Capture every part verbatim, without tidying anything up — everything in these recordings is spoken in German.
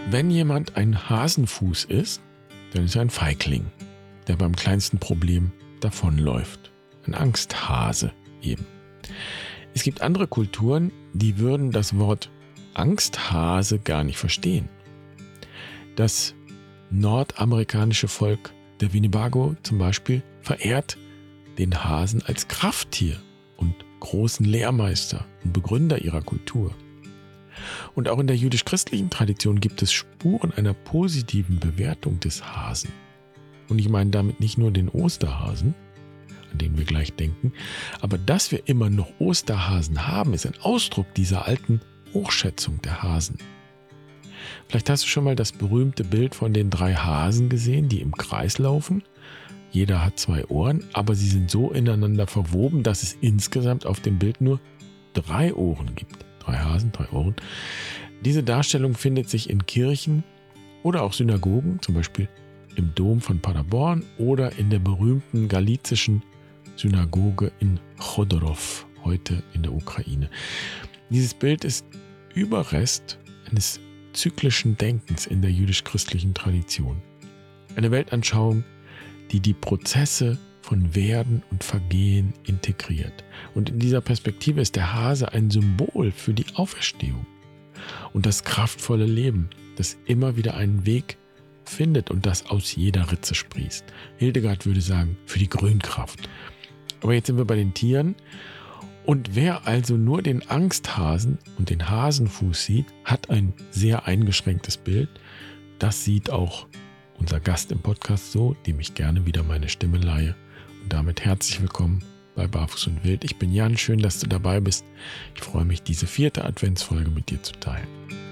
Wenn jemand ein Hasenfuß ist, dann ist er ein Feigling, der beim kleinsten Problem davonläuft. Ein Angsthase eben. Es gibt andere Kulturen, die würden das Wort Angsthase gar nicht verstehen. Das nordamerikanische Volk der Winnebago zum Beispiel verehrt den Hasen als Krafttier und großen Lehrmeister und Begründer ihrer Kultur. Und auch in der jüdisch-christlichen Tradition gibt es Spuren einer positiven Bewertung des Hasen. Und ich meine damit nicht nur den Osterhasen, an den wir gleich denken, aber dass wir immer noch Osterhasen haben, ist ein Ausdruck dieser alten Hochschätzung der Hasen. Vielleicht hast du schon mal das berühmte Bild von den drei Hasen gesehen, die im Kreis laufen. Jeder hat zwei Ohren, aber sie sind so ineinander verwoben, dass es insgesamt auf dem Bild nur drei Ohren gibt. Drei Hasen, drei Ohren. Diese Darstellung findet sich in Kirchen oder auch Synagogen, zum Beispiel im Dom von Paderborn oder in der berühmten galizischen Synagoge in Chodorov, heute in der Ukraine. Dieses Bild ist Überrest eines zyklischen Denkens in der jüdisch-christlichen Tradition. Eine Weltanschauung, die die Prozesse von Werden und Vergehen integriert. Und in dieser Perspektive ist der Hase ein Symbol für die Auferstehung und das kraftvolle Leben, das immer wieder einen Weg findet und das aus jeder Ritze sprießt. Hildegard würde sagen, für die Grünkraft. Aber jetzt sind wir bei den Tieren. Und wer also nur den Angsthasen und den Hasenfuß sieht, hat ein sehr eingeschränktes Bild. Das sieht auch unser Gast im Podcast so, dem ich gerne wieder meine Stimme leihe. Und damit herzlich willkommen bei Barfuß und Wild. Ich bin Jan, schön, dass du dabei bist. Ich freue mich, diese vierte Adventsfolge mit dir zu teilen.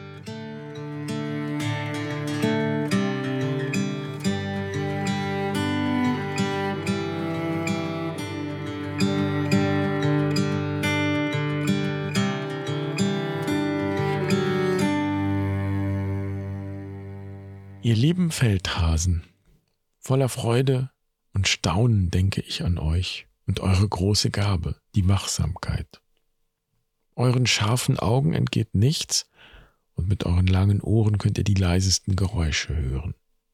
Ihr lieben Feldhasen, voller Freude und Staunen denke ich an euch und eure große Gabe, die Wachsamkeit. Euren scharfen Augen entgeht nichts und mit euren langen Ohren könnt ihr die leisesten Geräusche hören.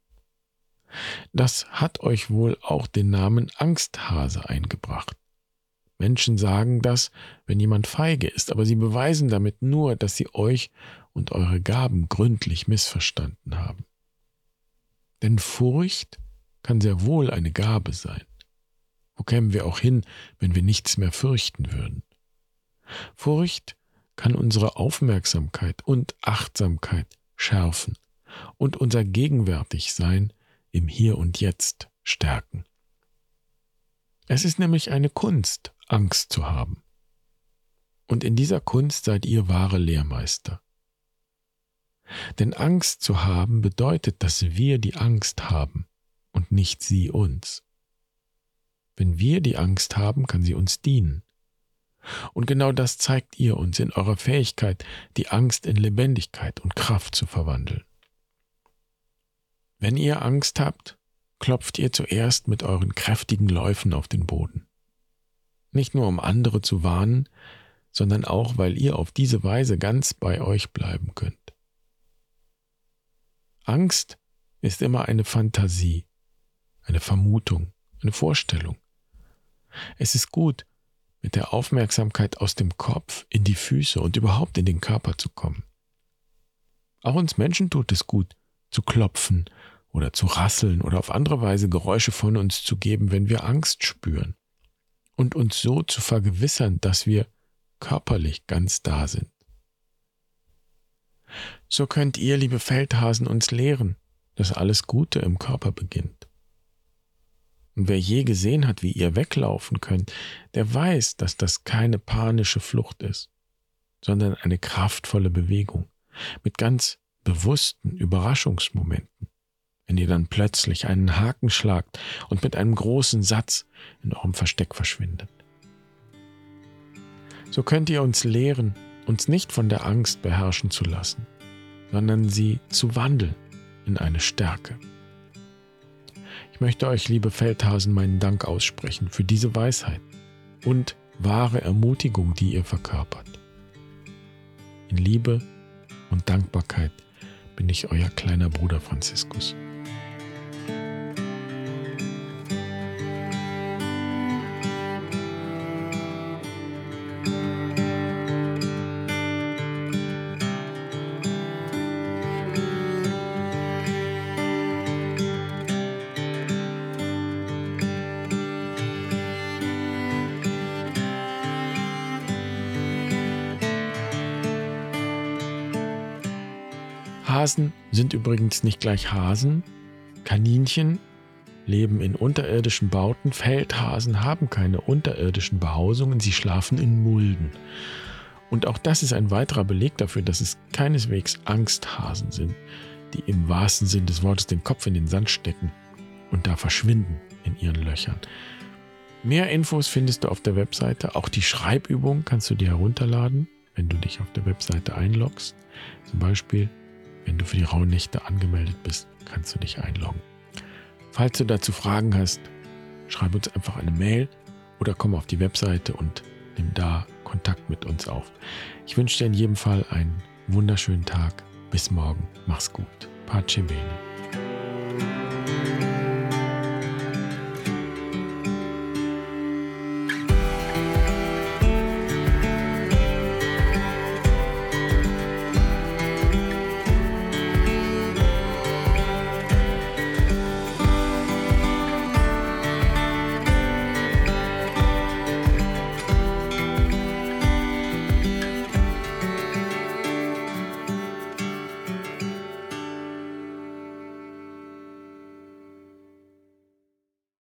Das hat euch wohl auch den Namen Angsthase eingebracht. Menschen sagen das, wenn jemand feige ist, aber sie beweisen damit nur, dass sie euch und eure Gaben gründlich missverstanden haben. Denn Furcht kann sehr wohl eine Gabe sein. Wo kämen wir auch hin, wenn wir nichts mehr fürchten würden? Furcht kann unsere Aufmerksamkeit und Achtsamkeit schärfen und unser Gegenwärtigsein im Hier und Jetzt stärken. Es ist nämlich eine Kunst, Angst zu haben. Und in dieser Kunst seid ihr wahre Lehrmeister. Denn Angst zu haben bedeutet, dass wir die Angst haben und nicht sie uns. Wenn wir die Angst haben, kann sie uns dienen. Und genau das zeigt ihr uns in eurer Fähigkeit, die Angst in Lebendigkeit und Kraft zu verwandeln. Wenn ihr Angst habt, klopft ihr zuerst mit euren kräftigen Läufen auf den Boden. Nicht nur um andere zu warnen, sondern auch, weil ihr auf diese Weise ganz bei euch bleiben könnt. Angst ist immer eine Fantasie, eine Vermutung, eine Vorstellung. Es ist gut, mit der Aufmerksamkeit aus dem Kopf in die Füße und überhaupt in den Körper zu kommen. Auch uns Menschen tut es gut, zu klopfen oder zu rasseln oder auf andere Weise Geräusche von uns zu geben, wenn wir Angst spüren und uns so zu vergewissern, dass wir körperlich ganz da sind. So könnt ihr, liebe Feldhasen, uns lehren, dass alles Gute im Körper beginnt. Und wer je gesehen hat, wie ihr weglaufen könnt, der weiß, dass das keine panische Flucht ist, sondern eine kraftvolle Bewegung mit ganz bewussten Überraschungsmomenten, wenn ihr dann plötzlich einen Haken schlagt und mit einem großen Satz in eurem Versteck verschwindet. So könnt ihr uns lehren, uns nicht von der Angst beherrschen zu lassen, sondern sie zu wandeln in eine Stärke. Ich möchte euch, liebe Feldhasen, meinen Dank aussprechen für diese Weisheit und wahre Ermutigung, die ihr verkörpert. In Liebe und Dankbarkeit bin ich euer kleiner Bruder Franziskus. Hasen sind übrigens nicht gleich Hasen. Kaninchen leben in unterirdischen Bauten. Feldhasen haben keine unterirdischen Behausungen, sie schlafen in Mulden. Und auch das ist ein weiterer Beleg dafür, dass es keineswegs Angsthasen sind, die im wahrsten Sinn des Wortes den Kopf in den Sand stecken und da verschwinden in ihren Löchern. Mehr Infos findest du auf der Webseite. Auch die Schreibübung kannst du dir herunterladen, wenn du dich auf der Webseite einloggst. Zum Beispiel, wenn du für die Rauhnächte angemeldet bist, kannst du dich einloggen. Falls du dazu Fragen hast, schreib uns einfach eine Mail oder komm auf die Webseite und nimm da Kontakt mit uns auf. Ich wünsche dir in jedem Fall einen wunderschönen Tag. Bis morgen. Mach's gut. Pace bene.